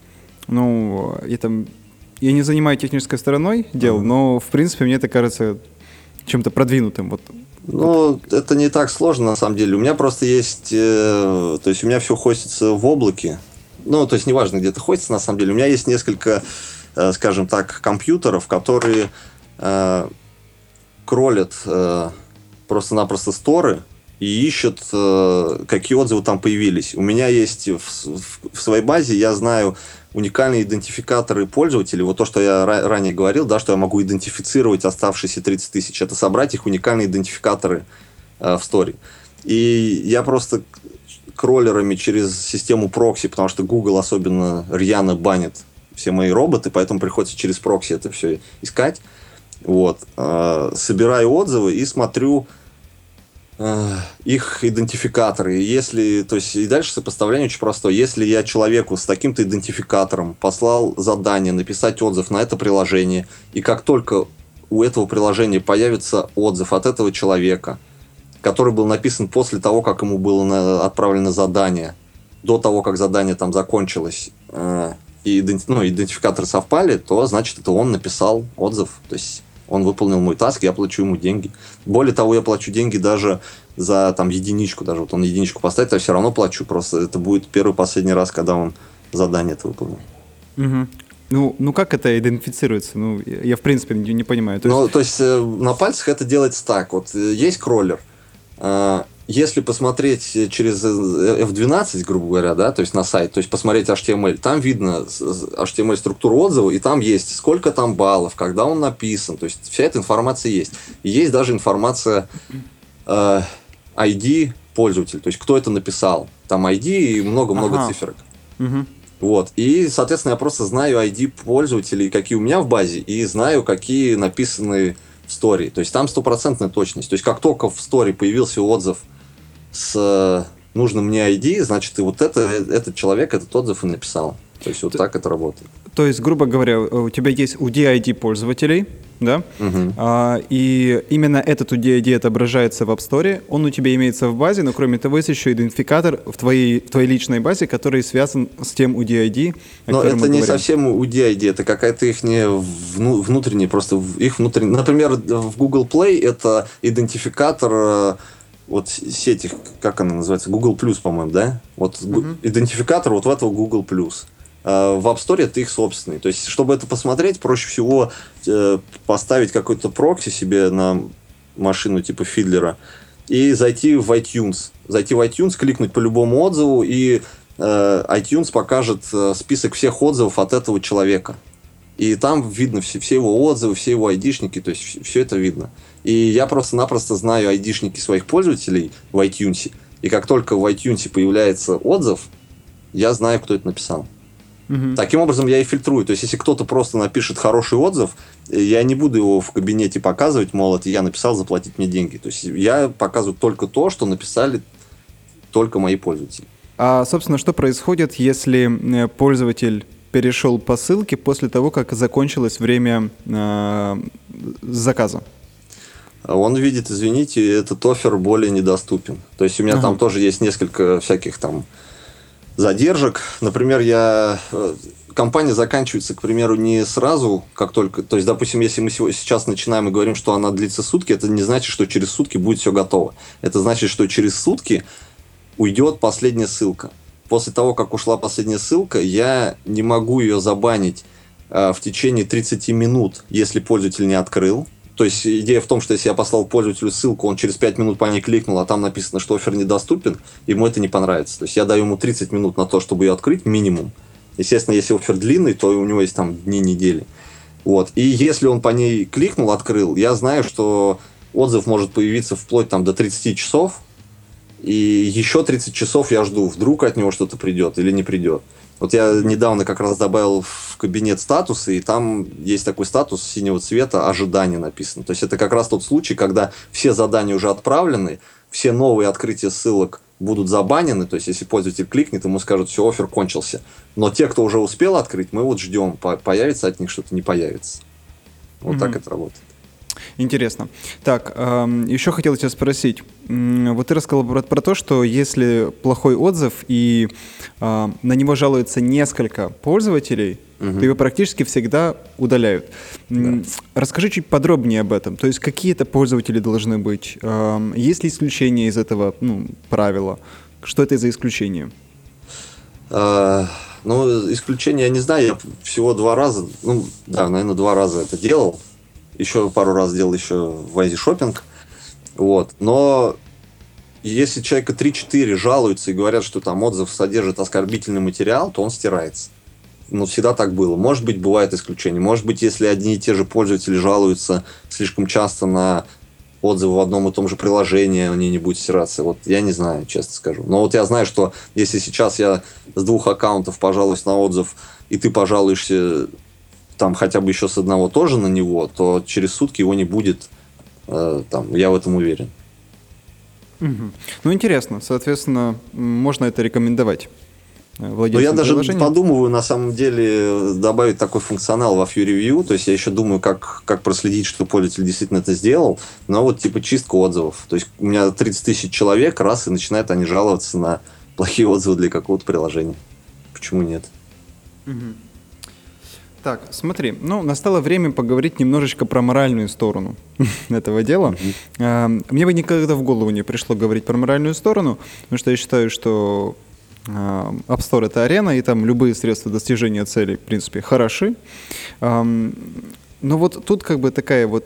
Speaker 2: Ну, я, там, я не занимаюсь технической стороной дел, mm-hmm. но, в принципе, мне это кажется чем-то продвинутым. Вот.
Speaker 3: Ну, это не так сложно, на самом деле. У меня просто есть... Э, то есть, у меня все хостится в облаке. Ну, то есть, неважно, где это хостится, на самом деле. У меня есть несколько, э, скажем так, компьютеров, которые э, кролят э, просто-напросто сторы и ищут, э, какие отзывы там появились. У меня есть в, в, в своей базе, я знаю уникальные идентификаторы пользователей. Вот то, что я ра- ранее говорил, да, что я могу идентифицировать оставшиеся тридцать тысяч. Это собрать их уникальные идентификаторы э, в сторе. И я просто... кроллерами через систему прокси, потому что Google особенно рьяно банит все мои роботы, поэтому приходится через прокси это все искать. Вот. Собираю отзывы и смотрю, их идентификаторы. Если, то есть, и дальше сопоставление очень простое. Если я человеку с таким-то идентификатором послал задание написать отзыв на это приложение, и как только у этого приложения появится отзыв от этого человека, который был написан после того, как ему было на, отправлено задание, до того, как задание там закончилось, э, и иденти, ну, идентификаторы совпали, то значит, это он написал отзыв. То есть он выполнил мой таск, я плачу ему деньги. Более того, я плачу деньги даже за там единичку. Даже вот он единичку поставит, я все равно плачу. Просто это будет первый последний раз, когда он задание это выполнил.
Speaker 2: Угу. Ну, ну как это идентифицируется? Ну, я в принципе не, не понимаю. То есть...
Speaker 3: Ну, то есть на пальцах это делается так. Вот есть кроллер. Если посмотреть через эф двенадцать, грубо говоря, да, то есть на сайт, то есть посмотреть эйч ти эм эль, там видно эйч ти эм эль-структуру отзыва, и там есть сколько там баллов, когда он написан, то есть вся эта информация есть. И есть даже информация э, ай ди пользователя, то есть кто это написал. Там ай ди и много-много ага. циферок.
Speaker 2: Угу.
Speaker 3: Вот. И, соответственно, я просто знаю ай ди пользователей, какие у меня в базе, и знаю, какие написаны в стори. То есть там стопроцентная точность. То есть как только в стори появился отзыв с нужным мне ай ди, значит, и вот это, этот человек этот отзыв и написал. То есть вот так это работает.
Speaker 2: То есть, грубо говоря, у тебя есть ю ди ай ди пользователей, да?
Speaker 3: Угу.
Speaker 2: А, и именно этот ю ди ай ди отображается в App Store, он у тебя имеется в базе, но кроме того есть еще идентификатор в твоей, в твоей личной базе, который связан с тем ю ди ай ди, о
Speaker 3: но
Speaker 2: котором
Speaker 3: это
Speaker 2: мы
Speaker 3: не
Speaker 2: говорим.
Speaker 3: совсем ю ди ай ди, это какая-то их вну, внутренняя, просто их внутренняя. Например, в Google Play это идентификатор вот сеть их, как она называется, Google Plus, по-моему, да? Вот uh-huh. идентификатор вот в этого Google Plus. А в App Store это их собственный. То есть, чтобы это посмотреть, проще всего э, поставить какой-то прокси себе на машину типа Fiddler и зайти в iTunes. Зайти в iTunes, кликнуть по любому отзыву, и э, iTunes покажет э, список всех отзывов от этого человека. И там видно все, все его отзывы, все его айдишники, то есть все, все это видно. И я просто-напросто знаю айдишники своих пользователей в iTunes. И как только в iTunes появляется отзыв, я знаю, кто это написал.
Speaker 2: Угу.
Speaker 3: Таким образом, я и фильтрую. То есть, если кто-то просто напишет хороший отзыв, я не буду его в кабинете показывать, мол, это я написал, заплатить мне деньги. То есть, я показываю только то, что написали только мои пользователи.
Speaker 2: А, собственно, что происходит, если пользователь перешел по ссылке после того, как закончилось время э, заказа?
Speaker 3: Он видит, извините, этот оффер более недоступен. То есть у меня ага. там тоже есть несколько всяких там задержек. Например, я компания заканчивается, к примеру, не сразу, как только... То есть, допустим, если мы сейчас начинаем и говорим, что она длится сутки, это не значит, что через сутки будет все готово. Это значит, что через сутки уйдет последняя ссылка. После того, как ушла последняя ссылка, я не могу ее забанить э, в течение тридцати минут, если пользователь не открыл. То есть идея в том, что если я послал пользователю ссылку, он через пять минут по ней кликнул, а там написано, что оффер недоступен, ему это не понравится. То есть я даю ему тридцать минут на то, чтобы ее открыть, минимум. Естественно, если оффер длинный, то у него есть там дни недели. Вот. И если он по ней кликнул, открыл, я знаю, что отзыв может появиться вплоть там, до тридцати часов, и еще тридцать часов я жду, вдруг от него что-то придет или не придет. Вот я недавно как раз добавил в кабинет статусы, и там есть такой статус синего цвета «Ожидание» написано. То есть это как раз тот случай, когда все задания уже отправлены, все новые открытия ссылок будут забанены. То есть если пользователь кликнет, ему скажут, все, оффер кончился. Но те, кто уже успел открыть, мы вот ждем, появится от них что-то, не появится. Вот mm-hmm. так это работает.
Speaker 2: Интересно. Так, э, еще хотел тебя спросить. Вот ты рассказал про, про то, что если плохой отзыв и э, на него жалуются несколько пользователей, угу. то его практически всегда удаляют. Да. Расскажи чуть подробнее об этом. То есть какие-то пользователи должны быть? Э, есть ли исключения из этого ну, правила? Что это за исключение?
Speaker 3: А, ну, исключения я не знаю. Я всего два раза, ну, да, наверное, два раза это делал. Еще пару раз делал еще в Easy Shopping. Вот. Но если человека три-четыре жалуются и говорят, что там отзыв содержит оскорбительный материал, то он стирается. Ну, всегда так было. Может быть, бывает исключение. Может быть, если одни и те же пользователи жалуются слишком часто на отзывы в одном и том же приложении, они не будут стираться. Вот я не знаю, честно скажу. Но вот я знаю, что если сейчас я с двух аккаунтов пожалуюсь на отзыв, и ты пожалуешься там хотя бы еще с одного тоже на него, то через сутки его не будет. Э, там, я в этом уверен.
Speaker 2: Угу. Ну, интересно. Соответственно, можно это рекомендовать владельцам
Speaker 3: Но я даже
Speaker 2: приложения.
Speaker 3: подумываю, на самом деле, добавить такой функционал во Fury View. То есть, я еще думаю, как, как проследить, что пользователь действительно это сделал. Но вот типа чистка отзывов. То есть, у меня тридцать тысяч человек, раз, и начинают они жаловаться на плохие отзывы для какого-то приложения. Почему нет?
Speaker 2: Угу. Так, смотри, ну, настало время поговорить немножечко про моральную сторону этого дела. Mm-hmm. Мне бы никогда в голову не пришло говорить про моральную сторону, потому что я считаю, что App Store — это арена, и там любые средства достижения целей, в принципе, хороши. Но вот тут как бы такая вот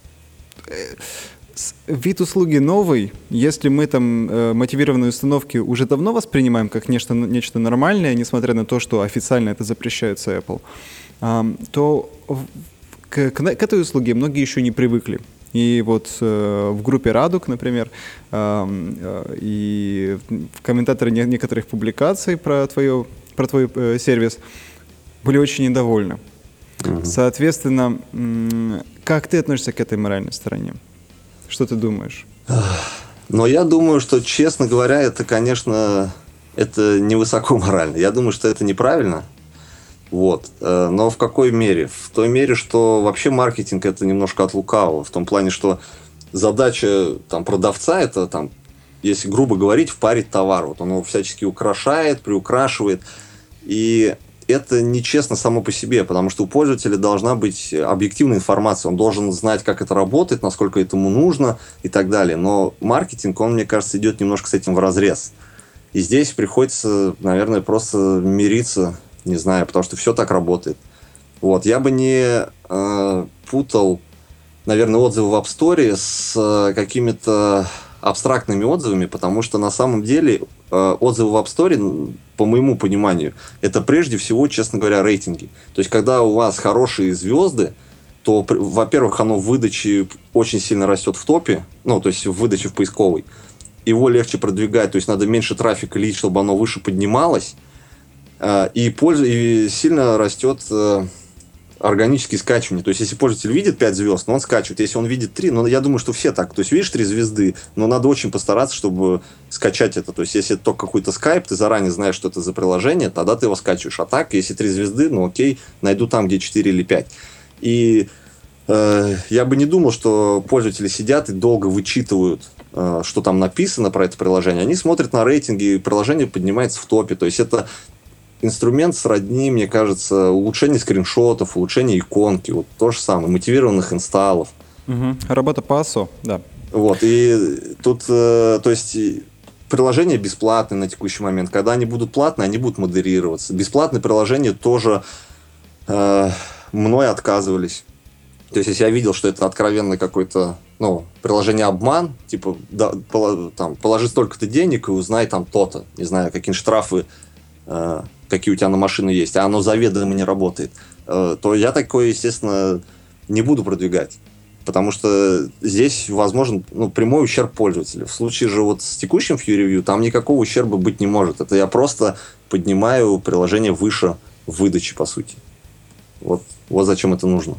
Speaker 2: вид услуги новый. Если мы там мотивированные установки уже давно воспринимаем как нечто, нечто нормальное, несмотря на то, что официально это запрещается Apple, то к, к, к этой услуге многие еще не привыкли. И вот э, в группе Радуг, например, э, э, и комментаторы не, некоторых публикаций про, твое, про твой э, сервис были очень недовольны. Mm-hmm. Соответственно, м- как ты относишься к этой моральной стороне? Что ты думаешь?
Speaker 3: Но я думаю, что, честно говоря, это, конечно, это невысоко морально. Я думаю, что это неправильно. Вот. Но в какой мере? В той мере, что вообще маркетинг — это немножко от лукавого. В том плане, что задача там, продавца — это, там, если грубо говорить, впарить товар. Вот он его всячески украшает, приукрашивает. И это нечестно само по себе, потому что у пользователя должна быть объективная информация. Он должен знать, как это работает, насколько этому нужно и так далее. Но маркетинг, он, мне кажется, идет немножко с этим вразрез. И здесь приходится, наверное, просто мириться. Не знаю, потому что все так работает. Вот. Я бы не э, путал, наверное, отзывы в App Store с э, какими-то абстрактными отзывами, потому что на самом деле э, отзывы в App Store, по моему пониманию, это прежде всего, честно говоря, рейтинги. То есть, когда у вас хорошие звезды, то, во-первых, оно в выдаче очень сильно растет в топе, ну, то есть в выдаче в поисковой. Его легче продвигать, то есть надо меньше трафика лить, чтобы оно выше поднималось. И, пользу, и сильно растет э, органическое скачивание. То есть, если пользователь видит пять звезд, но он скачивает. Если он видит три, ну, я думаю, что все так. То есть, видишь три звезды, но надо очень постараться, чтобы скачать это. То есть, если это только какой-то скайп, ты заранее знаешь, что это за приложение, тогда ты его скачиваешь. А так, если три звезды, ну окей, найду там, где четыре или пять. И э, я бы не думал, что пользователи сидят и долго вычитывают, э, что там написано про это приложение. Они смотрят на рейтинги, и приложение поднимается в топе. То есть, это инструмент сродни, мне кажется, улучшение скриншотов, улучшение иконки, вот то же самое, мотивированных инсталлов.
Speaker 2: Угу. Работа по эй эс о, да.
Speaker 3: Вот, и тут, э, то есть, приложения бесплатные на текущий момент. Когда они будут платные, они будут модерироваться. Бесплатные приложения тоже э, мной отказывались. То есть, если я видел, что это откровенно какой-то, ну, приложение обман, типа, да, положи, там, положи столько-то денег и узнай там то-то, не знаю, какие штрафы, э, какие у тебя на машину есть, а оно заведомо не работает, э, то я такое, естественно, не буду продвигать. Потому что здесь возможен, ну, прямой ущерб пользователю. В случае же вот с текущим Fury View там никакого ущерба быть не может. Это я просто поднимаю приложение выше в выдаче, по сути. Вот, вот зачем это нужно.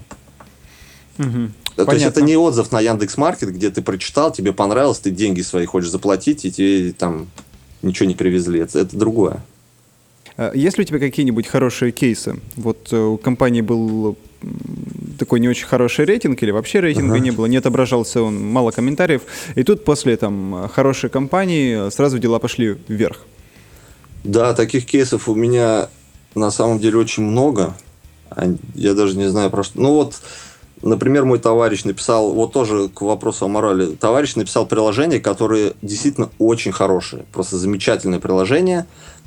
Speaker 2: Угу.
Speaker 3: То
Speaker 2: Понятно.
Speaker 3: есть это не отзыв на Яндекс.Маркет, где ты прочитал, тебе понравилось, ты деньги свои хочешь заплатить, и тебе там ничего не привезли. Это, это другое.
Speaker 2: Есть ли у тебя какие-нибудь хорошие кейсы? Вот у компании был такой не очень хороший рейтинг, или вообще рейтинга ага. не было, не отображался он, мало комментариев, и тут после там хорошей компании сразу дела пошли вверх.
Speaker 3: Да, таких кейсов у меня на самом деле очень много. Я даже не знаю про что. Ну вот, например, мой товарищ написал, вот тоже к вопросу о морали, товарищ написал приложение, которое действительно очень хорошее, просто замечательное приложение.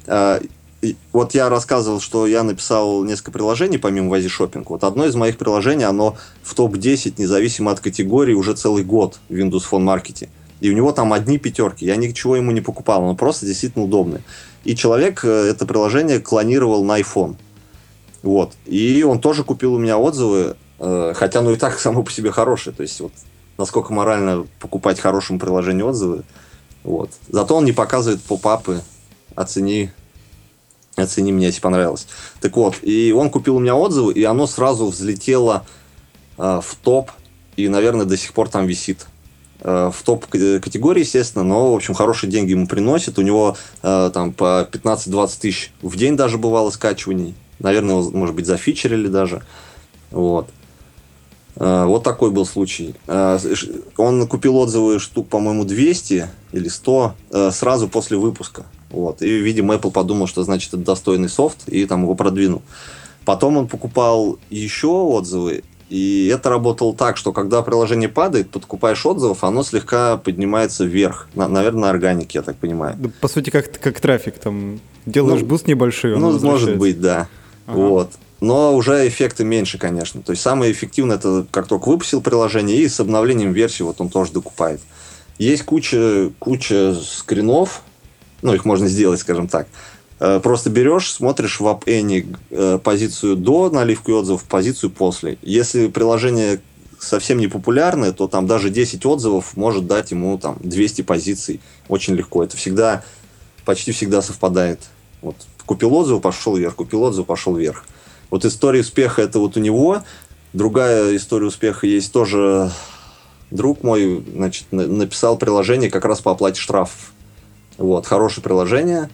Speaker 3: Вот я рассказывал, что я написал несколько приложений помимо Вози Шоппинг. Вот одно из моих приложений, оно в топ десять, независимо от категории, уже целый год в Windows Phone Market. И у него там одни пятерки. Я ничего ему не покупал, оно просто действительно удобное. И человек это приложение клонировал на iPhone. Вот. И он тоже купил у меня отзывы, хотя оно и так само по себе хорошее. То есть, вот, насколько морально покупать хорошему приложению отзывы. Вот. Зато он не показывает поп-апы, оцени... Оцени меня, если понравилось. Так вот, и он купил у меня отзывы, и оно сразу взлетело э, в топ, и, наверное, до сих пор там висит. в топ-категории, естественно, но, в общем, хорошие деньги ему приносит. У него там по пятнадцать-двадцать тысяч в день даже бывало скачиваний. Наверное, его, может быть, зафичерили даже. Вот. Вот такой был случай. Он купил отзывы штук, по-моему, двести или сто сразу после выпуска. Вот. И, видимо, Apple подумал, что, значит, это достойный софт, и там его продвинул. Потом он покупал еще отзывы, и это работало так, что когда приложение падает, подкупаешь отзывов, оно слегка поднимается вверх. На, наверное, на органике, я так понимаю.
Speaker 2: Да, по сути, как, как трафик. Там делаешь ну, буст небольшой, он
Speaker 3: Ну, может быть, да.
Speaker 2: Ага.
Speaker 3: Вот. Но уже эффекты меньше, конечно. То есть самое эффективное, это как только выпустил приложение, и с обновлением версии вот он тоже докупает. Есть куча, куча скринов, ну, их можно сделать, скажем так. Просто берешь, смотришь в App.Any позицию до наливки отзывов, позицию после. Если приложение совсем не популярное, то там даже десять отзывов может дать ему там двести позиций очень легко. Это всегда, почти всегда совпадает. Вот. Купил отзыв, пошел вверх, купил отзыв, пошел вверх. Вот история успеха это вот у него. Другая история успеха есть тоже. Друг мой, значит, написал приложение как раз по оплате штрафов. Вот, хорошее приложение.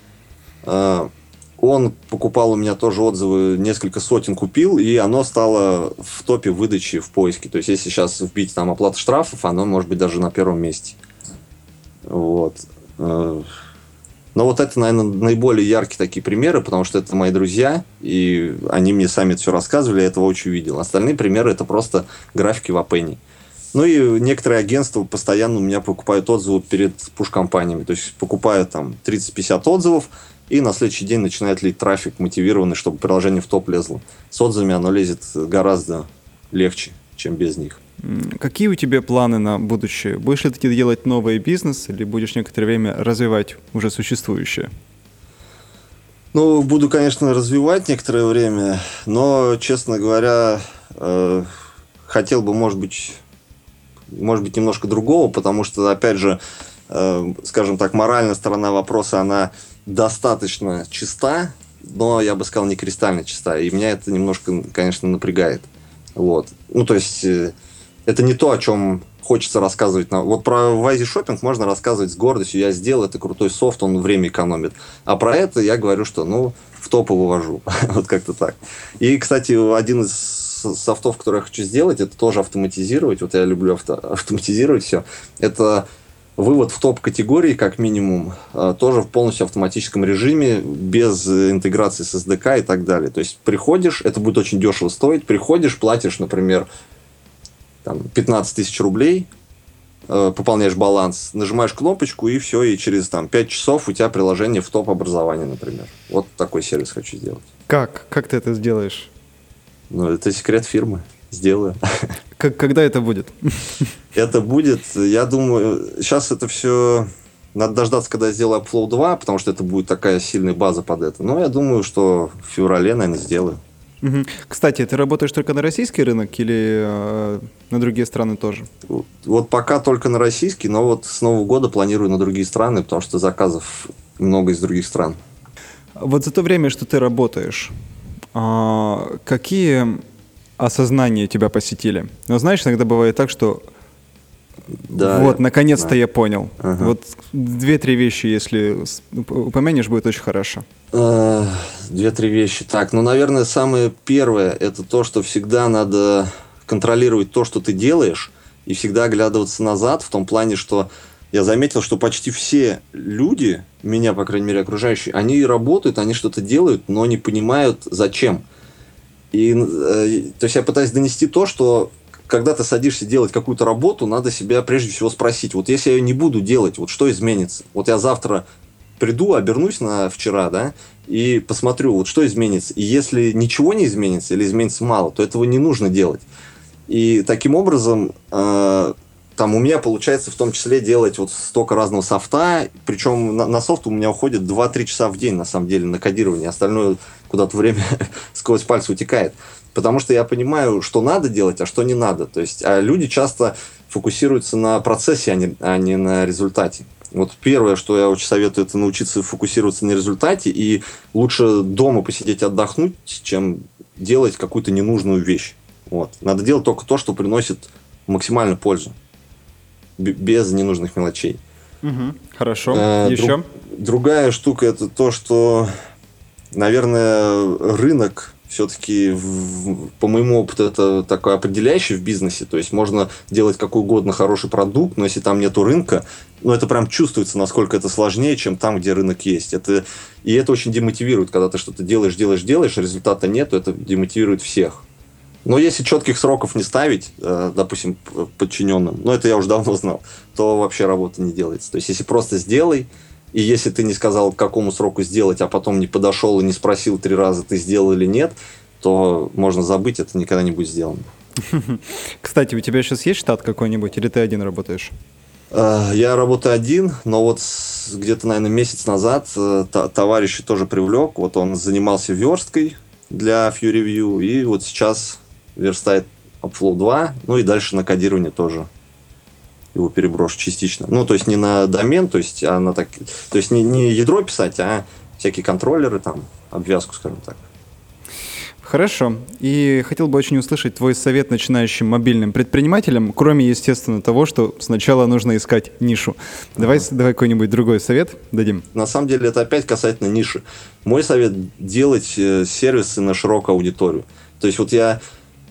Speaker 3: Он покупал у меня тоже отзывы, несколько сотен купил, и оно стало в топе выдачи в поиске. То есть, если сейчас вбить там оплату штрафов, оно может быть даже на первом месте. Вот. Но вот это, наверное, наиболее яркие такие примеры, потому что это мои друзья, и они мне сами это все рассказывали, я этого очень видел. Остальные примеры это просто графики в App.Any. Ну и некоторые агентства постоянно у меня покупают отзывы перед пуш-компаниями. То есть покупают там тридцать-пятьдесят отзывов, и на следующий день начинает лить трафик мотивированный, чтобы приложение в топ лезло. С отзывами оно лезет гораздо легче, чем без них.
Speaker 2: Какие у тебя планы на будущее? Будешь ли ты делать новый бизнес или будешь некоторое время развивать уже существующее?
Speaker 3: Ну, буду, конечно, развивать некоторое время, но, честно говоря, э, хотел бы, может быть, может быть, немножко другого, потому что, опять же, э, скажем так, моральная сторона вопроса, она достаточно чиста, но, я бы сказал, не кристально чиста. И меня это немножко, конечно, напрягает. Вот. Ну, то есть, э, это не то, о чем хочется рассказывать. Вот про Вайзи Шоппинг можно рассказывать с гордостью. Я сделал, это крутой софт, он время экономит. А про это я говорю, что, ну, в топы вывожу. Вот как-то так. И, кстати, один из софтов, который я хочу сделать, это тоже автоматизировать. Вот я люблю авто, автоматизировать все. Это вывод в топ-категории, как минимум, тоже в полностью автоматическом режиме, без интеграции с эс ди кей и так далее. То есть приходишь, это будет очень дешево стоить, приходишь, платишь, например, там, пятнадцать тысяч рублей, пополняешь баланс, нажимаешь кнопочку, и все, и через там, пять часов у тебя приложение в топ-образовании, например. Вот такой сервис хочу сделать.
Speaker 2: Как? Как ты это сделаешь?
Speaker 3: Ну, это секрет фирмы. Сделаю.
Speaker 2: Как, когда это будет?
Speaker 3: Это будет, я думаю, сейчас это все... Надо дождаться, когда я сделаю Upflow два, потому что это будет такая сильная база под это. Но я думаю, что в феврале, наверное, сделаю.
Speaker 2: Угу. Кстати, ты работаешь только на российский рынок или э, на другие страны тоже?
Speaker 3: Вот, вот пока только на российский, но вот с Нового года планирую на другие страны, потому что заказов много из других стран.
Speaker 2: Вот за то время, что ты работаешь, э, какие осознания тебя посетили? Ну, знаешь, иногда бывает так, что да, вот, наконец-то да. я понял. Ага. Вот две-три вещи, если упомянешь, будет очень хорошо.
Speaker 3: Две-три вещи. Так, ну, наверное, самое первое, это то, что всегда надо контролировать то, что ты делаешь, и всегда оглядываться назад, в том плане, что я заметил, что почти все люди, меня, по крайней мере, окружающие, они работают, они что-то делают, но не понимают, зачем. И, то есть я пытаюсь донести то, что когда ты садишься делать какую-то работу, надо себя прежде всего спросить, вот если я ее не буду делать, вот что изменится? Вот я завтра приду, обернусь на вчера, да, и посмотрю, вот что изменится. И если ничего не изменится или изменится мало, то этого не нужно делать. И таким образом, э, там у меня получается в том числе делать вот столько разного софта, причем на, на софт у меня уходит два-три часа в день, на самом деле, на кодирование, остальное куда-то время сквозь пальцы утекает. Потому что я понимаю, что надо делать, а что не надо. То есть, а люди часто фокусируются на процессе, а не, а не на результате. Вот первое, что я очень советую, это научиться фокусироваться на результате, и лучше дома посидеть отдохнуть, чем делать какую-то ненужную вещь. Вот. Надо делать только то, что приносит максимальную пользу. б- без ненужных мелочей.
Speaker 2: Угу. Хорошо.
Speaker 3: Э,
Speaker 2: Еще?
Speaker 3: друг- другая штука это то, что, наверное, рынок все-таки, в- по моему опыту, это такой определяющий в бизнесе. То есть можно делать какой угодно хороший продукт, но если там нету рынка, ну это прям чувствуется, насколько это сложнее, чем там, где рынок есть. Это, и это очень демотивирует, когда ты что-то делаешь, делаешь, делаешь, результата нету, это демотивирует всех. Но если четких сроков не ставить, э, допустим, п- подчиненным, ну это я уже давно знал, то вообще работа не делается. То есть если просто сделай, и если ты не сказал, к какому сроку сделать, а потом не подошел и не спросил три раза, ты сделал или нет, то можно забыть, это никогда не будет сделано.
Speaker 2: Кстати, у тебя сейчас есть штат какой-нибудь, или ты один работаешь?
Speaker 3: Э, Я работаю один, но вот с- где-то, наверное, месяц назад э, та- товарища тоже привлек. Вот он занимался версткой для Fury View, и вот сейчас верстает Upflow два, ну и дальше на кодирование тоже его переброшу частично. Ну, то есть не на домен, то есть, а на так, то есть не, не ядро писать, а всякие контроллеры, там, обвязку, скажем так.
Speaker 2: Хорошо. И хотел бы очень услышать твой совет начинающим мобильным предпринимателям, кроме, естественно, того, что сначала нужно искать нишу. Давай, с- давай какой-нибудь другой совет дадим.
Speaker 3: На самом деле это опять касательно ниши. Мой совет – делать э, сервисы на широкую аудиторию. То есть вот я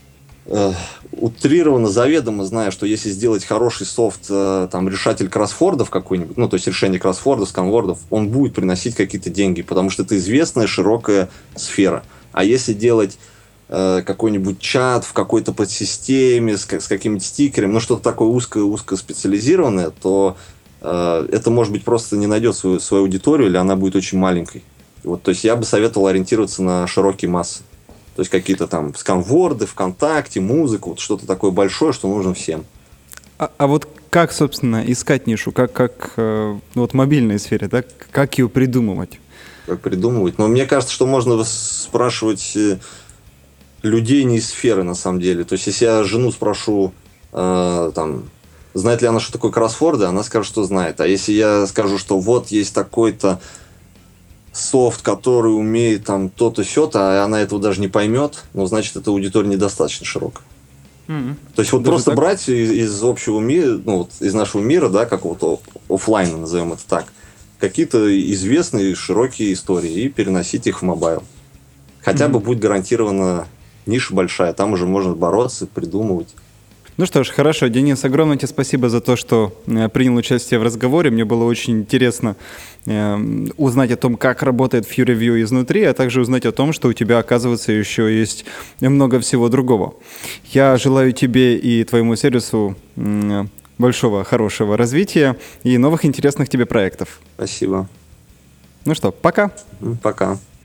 Speaker 3: э, утрированно, заведомо знаю, что если сделать хороший софт, э, там, решатель кроссвордов какой-нибудь, ну, то есть решение кроссвордов, сканвордов, он будет приносить какие-то деньги, потому что это известная широкая сфера. А если делать э, какой-нибудь чат в какой-то подсистеме с, ка- с каким-нибудь стикером, ну, что-то такое узко-узко специализированное, то э, это, может быть, просто не найдет свою, свою аудиторию, или она будет очень маленькой. Вот, то есть я бы советовал ориентироваться на широкие массы. То есть какие-то там сканворды, ВКонтакте, музыку, вот что-то такое большое, что нужно всем.
Speaker 2: А, а вот как, собственно, искать нишу? Как, как э, ну, вот в мобильной сфере, да? Как ее придумывать?
Speaker 3: Как придумывать. Но мне кажется, что можно спрашивать э, людей не из сферы, на самом деле. То есть, если я жену спрошу, э, там, знает ли она, что такое кроссворды, она скажет, что знает. А если я скажу, что вот есть такой-то софт, который умеет там то-то, сё-то, а она этого даже не поймет, ну, значит, эта аудитория недостаточно широкая. То есть, вот
Speaker 2: Даже
Speaker 3: просто
Speaker 2: так?
Speaker 3: брать из, из общего мира, ну, вот из нашего мира, да, какого-то оффлайна, назовем это так, какие-то известные широкие истории и переносить их в мобайл. Хотя
Speaker 2: Мгм.
Speaker 3: бы будет гарантирована ниша большая, там уже можно бороться, придумывать.
Speaker 2: Ну что ж, хорошо. Денис, огромное тебе спасибо за то, что э, принял участие в разговоре. Мне было очень интересно э, узнать о том, как работает Fury View изнутри, а также узнать о том, что у тебя, оказывается, еще есть много всего другого. Я желаю тебе и твоему сервису м, большого, хорошего развития и новых интересных тебе проектов.
Speaker 3: Спасибо.
Speaker 2: Ну что, пока.
Speaker 3: М, Пока.